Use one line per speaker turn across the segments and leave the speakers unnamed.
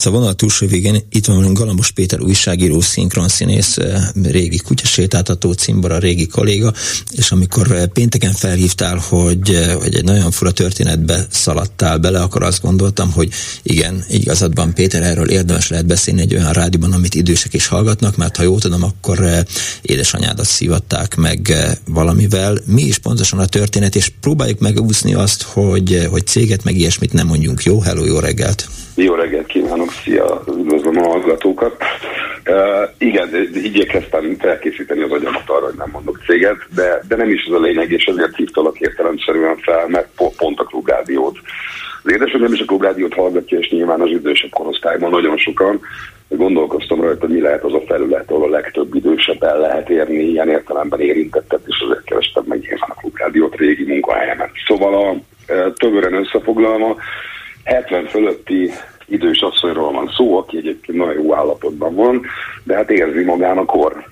A vonal túlsó végén itt van velünk Galambos Péter újságíró, szinkronszínész, régi kutyasétáltató cimbora, régi kolléga, és amikor pénteken felhívtál, hogy egy nagyon fura történetbe szaladtál bele, akkor azt gondoltam, hogy igen, igazad van, Péter, erről érdemes lehet beszélni egy olyan rádióban, amit idősek is hallgatnak, mert ha jól tudom, akkor édesanyádat szívatták meg valamivel. Mi is pontosan a történet, és próbáljuk megúszni azt, hogy céget meg ilyesmit nem mondjunk. Jó, hello, jó reggelt!
Jó reggelt kívánok, szia, üdvözlöm a hallgatókat. Igen, igyekeztem felkészíteni az agyamat arra, hogy nem mondok céget, de nem is ez a lényeg, és ezért hívtalak értelemszerűen fel, mert pont a Klubrádiót. Az édesanyám is a Klubrádiót hallgatja, és nyilván az idősebb korosztályban nagyon sokan. Gondolkoztam rajta, hogy mi lehet az a felület, ahol a legtöbb idősebb el lehet érni, ilyen értelemben érintettet, és azért kerestem meg nyilván a Klubrádiót régi munkahelyemen. Szóval többen összefoglalva, 70 fölötti idős asszonyról van szó, aki egyébként nagyon jó állapotban van, de hát érzi magán a kor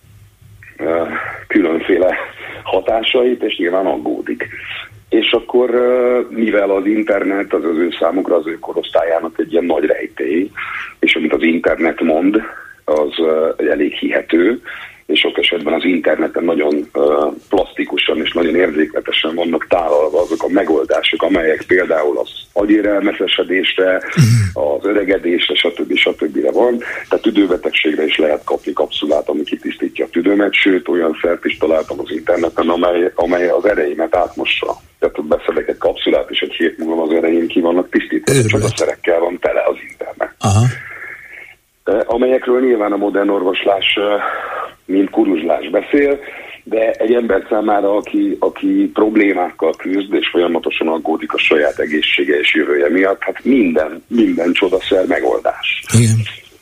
különféle hatásait, és nyilván aggódik. És akkor, mivel az internet az ő számukra, az ő korosztályának egy ilyen nagy rejtély, és amit az internet mond, az elég hihető, és sok esetben az interneten nagyon plastikusan és nagyon érzékletesen vannak tálalva azok a megoldások, amelyek például az agyérelmeszesedésre, az öregedésre, stb. Van. Tehát tüdőbetegségre is lehet kapni kapszulát, ami kitisztítja a tüdőmet, sőt olyan szert is találtam az interneten, amely az ereimet átmossa. Tehát beszedek egy kapszulát, és egy hét múlva az ereim ki vannak tisztítva, csak a szerekkel van tele az internet. Aha. Amelyekről nyilván a modern orvoslás mint kuruzslás beszél, de egy ember számára, aki problémákkal küzd, és folyamatosan aggódik a saját egészsége és jövője miatt, hát minden csodaszer megoldás. Igen.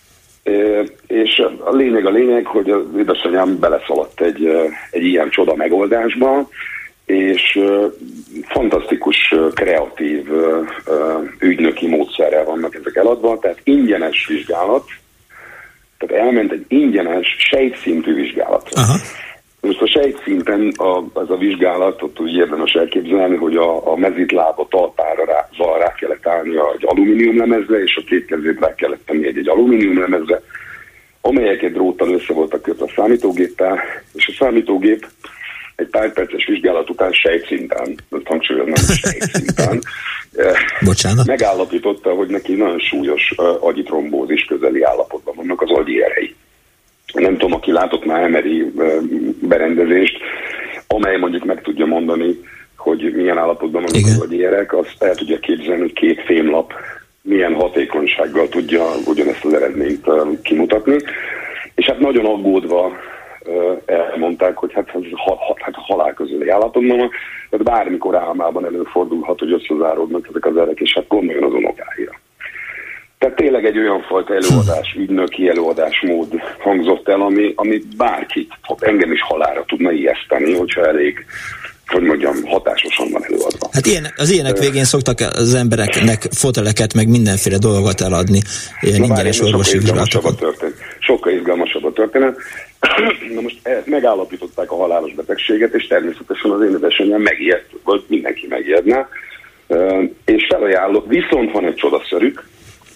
És a lényeg, hogy az édesanyám beleszaladt egy ilyen csoda megoldásba, és fantasztikus, kreatív ügynöki módszerrel vannak ezek eladva, tehát ingyenes vizsgálat, tehát elment egy ingyenes sejtszintű vizsgálatra. Aha. Most a sejtszinten az a vizsgálat, ott úgy érdemes elképzelni, hogy a mezitlába talpára rá kellett állni egy alumíniumlemezre, és a két kezét rá kellett tenni egy alumíniumlemezre, amelyek egy dróttal össze voltak kötve a számítógéppel, és a számítógép egy pár perces vizsgálat után sejtszinten, ezt hangsúlyozom, sejtszinten, megállapította, hogy neki nagyon súlyos agyi trombózis közeli állapotban vannak az agyi erei. Nem tudom, aki látott már MRI berendezést, amely mondjuk meg tudja mondani, hogy milyen állapotban vannak az agyi erek, azt el tudja képzelni, hogy 2 fémlap milyen hatékonysággal tudja ugyanezt az eredményt kimutatni. És hát nagyon aggódva elmondták, hogy hát halál közeli állapotban van, tehát bármikor álmában előfordulhat, hogy összezáródnak ezek az erek, és hát gondoljon az unokáira. Tehát tényleg egy olyan fajta előadás, ügynöki előadásmód hangzott el, ami bárkit, engem is halálra tudna ijeszteni, hogyha elég, hogy mondjam, hatásosan van előadva.
Hát az ilyenek végén szoktak az embereknek foteleket, meg mindenféle dolgot eladni, ilyen ingyenes orvosi vizsgálatokat.
Sokkal izgalmasabb a történet. Na most megállapították a halálos betegséget, és természetesen az én édesanyám megijedt, vagy mindenki megijedne, és felajánlott, viszont van egy csodaszerük,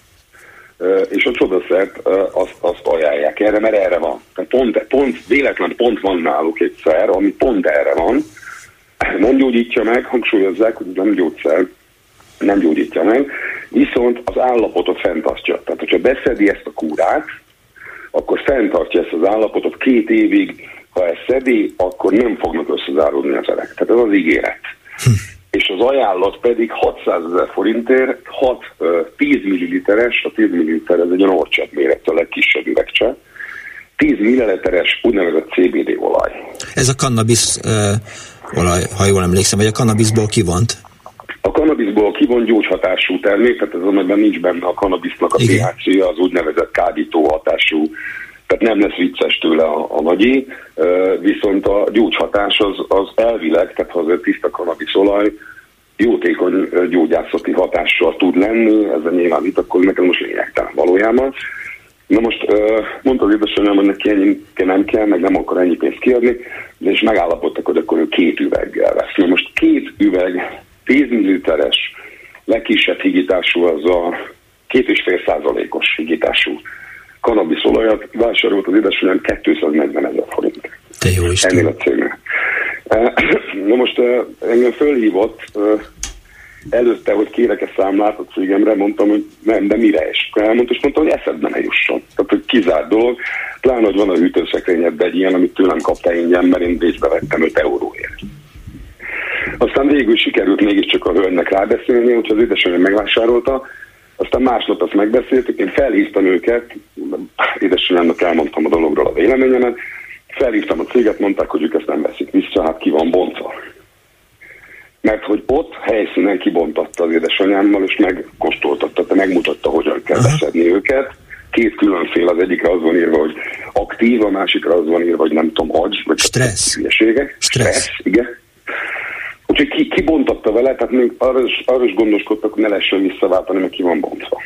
és a csodaszert azt ajánlják erre, mert erre van. Tehát véletlen pont van náluk egy szer, ami pont erre van, nem gyógyítja meg, hangsúlyozzák, hogy nem gyógyszer, nem gyógyítja meg, viszont az állapotot fenntartja. Tehát, hogyha beszedi ezt a kúrát, akkor fenntartja ezt az állapotot 2 évig, ha ezt szedi, akkor nem fognak összezáródni az erek. Tehát ez az ígéret. És az ajánlat pedig 600 000 forintért 10 milliliteres, a 10 milliliter ez egy olyan orcsepp méretű, a legkisebb üvegcsepp, 10 milliliteres úgynevezett CBD olaj.
Ez a kannabisz olaj, ha jól emlékszem, vagy a kannabiszból kivont?
A kannabiszból kivont gyógyhatású termék, tehát ez amelyben nincs benne a kannabisznak a THC-je, az úgynevezett kábító hatású, tehát nem lesz vicces tőle a nagyi, viszont a gyógyhatás az elvileg, tehát ha az tiszta kannabiszolaj jótékony gyógyászati hatással tud lenni, ezzel nyilván vitatkozni, nekem most lényegtelen valójában. Na most mondta az édesanyám, hogy neki ennyi nem kell, meg nem akar ennyi pénzt kiadni, de és megállapodtak, hogy akkor ő 2 üveggel vesz. Na most 2 üveg 10 milliliteres legkisebb higítású az a 2,5%-os higítású kannabiszolajat vásárolt az édesanyám 240 000 forint.
Te jó Isten.
Ennél a cégnél. Na most engem fölhívott előtte, hogy kérek-e számlát a cégemre, mondtam, hogy nem, de mire is. Elmondta, és mondtam, hogy eszedbe ne jusson. Tehát, hogy kizárt dolog, pláne, hogy van a hűtőszekrényedben egy ilyen, amit tőlem kaptál ingyen, mert én Bécsbe vettem 5 euróért. Aztán végül sikerült mégiscsak a hölgynek rábeszélni, hogyha az édesanyám megvásárolta, aztán másnap azt megbeszéltük, én felhívtam őket, édesanyámnak elmondtam a dologról a véleményemet, felhívtam a céget, mondták, hogy ők ezt nem veszik vissza, hát ki van bontva. Mert hogy ott helyszínen kibontatta az édesanyámmal, és megkóstoltatta, megmutatta, hogyan kell beszedni őket. 2 különféle, az egyikre az van írva, hogy aktív, a másikra az van írva, hogy nem tudom, agy, vagy Stressz, igen. Úgyhogy kibontatta vele, tehát még arra is gondoskodtak, hogy ne lehessen visszaváltani, mert ki van bontva.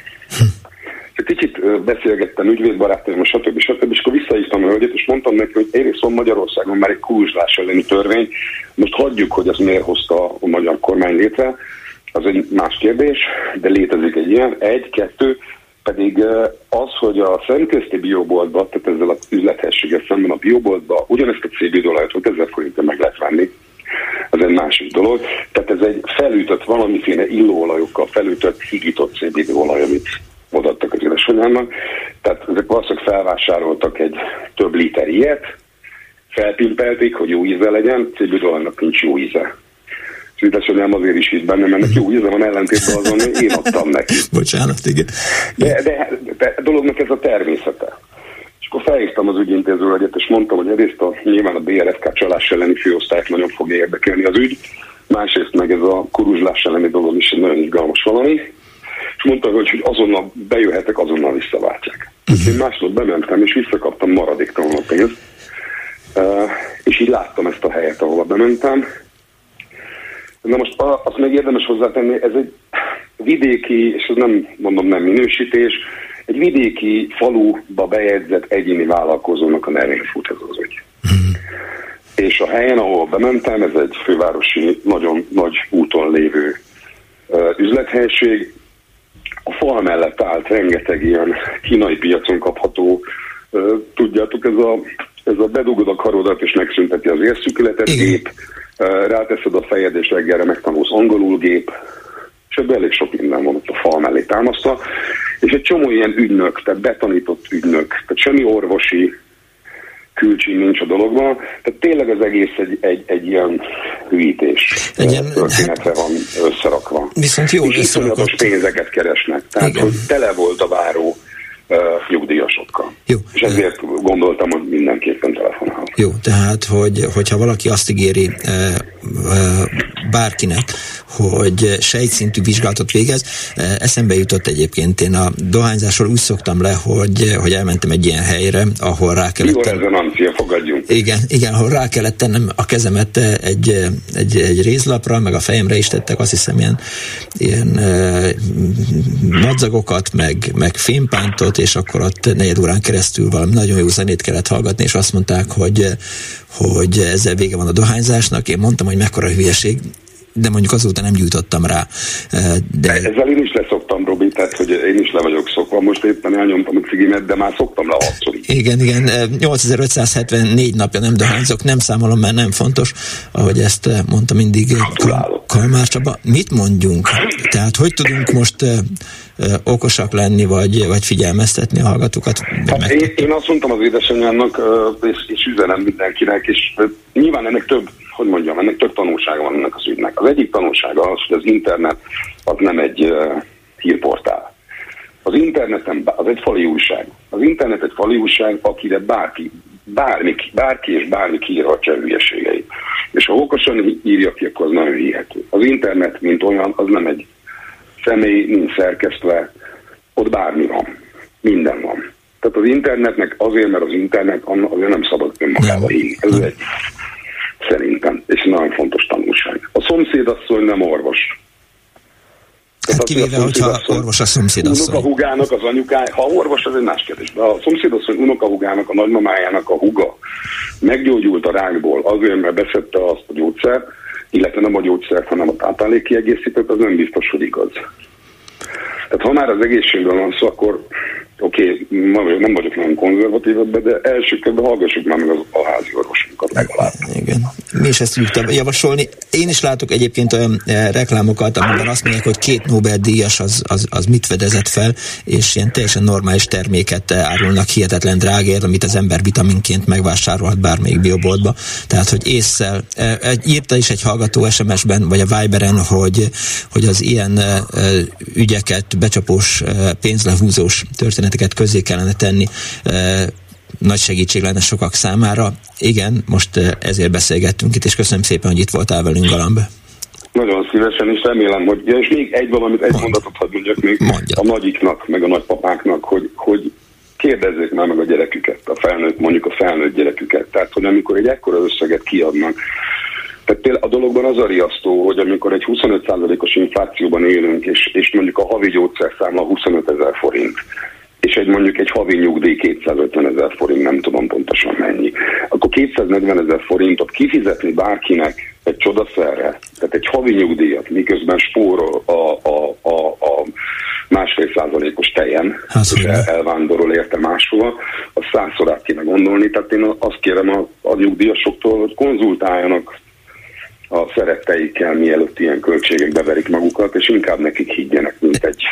Kicsit beszélgettem ügyvédbarátaimmal, stb. És akkor visszahívtam a hölgyet, és mondtam neki, hogy egyrészt van Magyarországon már egy kuruzslás elleni törvény, most hagyjuk, hogy az miért hozta a magyar kormány létre, az egy más kérdés, de létezik egy ilyen, 1, 2, pedig az, hogy a szemközti bioboltba, tehát ezzel az üzlethességgel szemben a bioboltba ugyanezt a CBD-olajat 5000 forintért meg lehet venni, az egy másik dolog. Tehát ez egy felütött, valamiféle illóolajokkal felütött, higított CBD-olaj, amit odaadtak az édesanyámnak. Tehát ezek valószínűleg felvásároltak egy több liter ilyet, felpimpelték, hogy jó íze legyen, CBD-olajnak nincs jó íze. Az édesanyám azért is hitt benne, mert jó íze van, ellentétben azon, hogy én adtam neki.
Bocsánat, igen.
De a dolognak ez a természete. És akkor felhívtam az ügyintézőhölgyet, és mondtam, hogy egyrészt nyilván a BRFK csalás elleni főosztályt nagyon fogja érdekelni az ügy, másrészt meg ez a kuruzslás elleni dolog is egy nagyon izgalmas valami, és mondta, hogy azonnal bejöhetek, azonnal visszaváltják. Én másnap bementem, és visszakaptam maradéktalanul a pénzt, és így láttam ezt a helyet, ahol bementem. Na most azt még érdemes hozzátenni, ez egy vidéki, és ez nem mondom nem minősítés, egy vidéki faluba bejegyzett egyéni vállalkozónak a nevén fut ez az ügy. És a helyen, ahol bementem, ez egy fővárosi, nagyon nagy úton lévő üzlethelység. A fal mellett állt rengeteg ilyen kínai piacon kapható, tudjátok, ez a bedugod a karodat és megszünteti az érszükületet, gép, ráteszed a fejed és reggelre megtanulsz angolul gép, és ebben elég sok minden van ott a fal mellé támasztva, és egy csomó ilyen ügynök, tehát betanított ügynök, tehát semmi orvosi külcsín nincs a dologban, tehát tényleg az egész egy ilyen hűítés történetre van összerakva.
Viszont jól
és iszonyatos pénzeket keresnek, tehát hogy tele volt a váró nyugdíjasokkal. Jó. És ezért gondoltam, hogy mindenképpen telefonálok.
Jó, tehát, hogyha valaki azt ígéri bárkinek, hogy sejtszintű vizsgálatot végez, eszembe jutott egyébként, én a dohányzásról úgy szoktam le, hogy elmentem egy ilyen helyre, ahol rá kellett...
Biorezonancia, fogadjunk.
Igen, ahol rá kellett tennem a kezemet egy rézlapra, meg a fejemre is tettek, azt hiszem ilyen madzagokat, meg fémpántot, és akkor ott 4 órán keresztül valami nagyon jó zenét kellett hallgatni, és azt mondták, hogy ezzel vége van a dohányzásnak. Én mondtam, hogy mekkora hülyeség, de mondjuk azóta nem gyújtottam rá. De...
Ezzel én is leszoktam, Robi, tehát hogy én is le vagyok szokva. Most éppen elnyomtam a cigimet, de már szoktam le 6-szor.
Igen, 8574 napja nem dohányzok, nem számolom, mert nem fontos, ahogy ezt mondta mindig Kalmár Csaba. Mit mondjunk? Tehát hogy tudunk most okosak lenni, vagy figyelmeztetni a hallgatókat?
Hát én azt mondtam az édesanyámnak, és üzenem mindenkinek, és nyilván ennek több tanulsága van ennek az ügynek. Az egyik tanulsága az, hogy az internet az nem egy hírportál. Az interneten, az egy fali újság. Az internet egy fali újság, akire bárki és bármi kiírhatja a hülyeségeit. És ha okosan írja ki, akkor az nagyon hihető. Az internet, mint olyan, az nem egy személy, nincs szerkesztve, ott bármi van. Minden van. Tehát az internetnek azért, mert az internet azért nem szabad önmagába hívni. Ez egy szerintem, és nagyon fontos tanulság. A szomszédasszony nem orvos.
Hát kivéve, hogyha orvos a szomszédasszony.
Unokahúgának az anyukája, ha orvos, az egy más kérdés. De a szomszédasszony unokahúgának, a nagymamájának a húga meggyógyult a rákból azért, mert beszedte azt a gyógyszert, illetve nem a gyógyszert, hanem a táplálékkiegészítőt, az nem biztos, hogy igaz. Tehát ha már az egészségről van szó, akkor oké, nem vagyok nagyon konzervatív ebben, de első körben hallgassuk már meg a házi orvosunkat legalább.
Igen. Mi is ezt tudjuk javasolni. Én is látok egyébként olyan reklámokat, amiben azt mondják, hogy 2 Nobel-díjas az mit fedezett fel, és ilyen teljesen normális terméket árulnak hihetetlen drágért, amit az ember vitaminként megvásárolhat bármelyik bioboltba. Tehát, hogy ésszel, írta is egy hallgató SMS-ben, vagy a Viberen, hogy az ilyen ügyeket, becsapós, pénzlehúzós történeteket közzé kellene tenni, nagy segítség lenne sokak számára. Igen, most ezért beszélgettünk itt, és köszönöm szépen, hogy itt voltál velünk, Galamb.
Nagyon szívesen, és remélem, hogy... Ja, és még egy mondatot hadd mondjak még a nagyiknak, meg a nagypapáknak, hogy kérdezzék már meg a gyereküket, mondjuk a felnőtt gyereküket. Tehát, hogy amikor egy ekkora összeget kiadnak, tehát például a dologban az a riasztó, hogy amikor egy 25%-os inflációban élünk, és mondjuk a havi gyógyszerszámla 25 000 forint, és mondjuk egy havi nyugdíj 250 000 forint, nem tudom pontosan mennyi, akkor 240 000 forintot kifizetni bárkinek egy csodaszerre, tehát egy havi nyugdíjat, miközben spórol a 1,5%-os tejen, és elvándorol érte máshova, azt 100-szor át kéne gondolni. Tehát én azt kérem a nyugdíjasoktól, hogy konzultáljanak a szeretteikkel, mielőtt ilyen költségek beverik magukat, és inkább nekik higgyenek, mint egy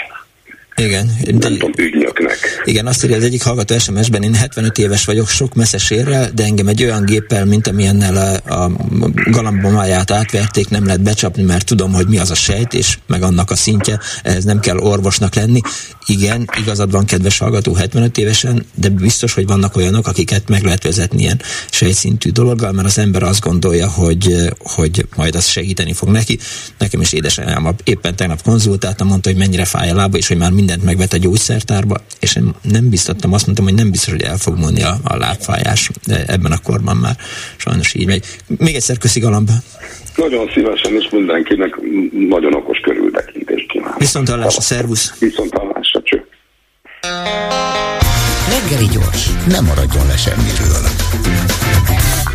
nem tudom, ügynöknek.
Igen, azt írja az egyik hallgató SMS-ben, én 75 éves vagyok, sok messzesérrel, de engem egy olyan géppel, mint amilyennel a galambomáját átverték, nem lehet becsapni, mert tudom, hogy mi az a sejtés, meg annak a szintje, ehhez nem kell orvosnak lenni. Igen, igazad van, kedves hallgató, 75 évesen, de biztos, hogy vannak olyanok, akiket meg lehet vezetni ilyen sejtszintű dologgal, mert az ember azt gondolja, hogy majd az segíteni fog neki. Nekem is édesanyám éppen tegnap konzultáltam, mondta, hogy mennyire fáj a lába, és hogy már mindent megvet a gyógyszertárba, és én nem biztattam, azt mondtam, hogy nem biztos, hogy el fog múlni a lábfájás, de ebben a korban már sajnos így megy. Még egyszer köszi, Galamb.
Nagyon szívesen, és mindenkinek nagyon okos körültekintést kívánok.
Viszonthallásra, szervusz!
Viszonthallásra, cső!
Reggeli gyors, nem maradjon le semmiről.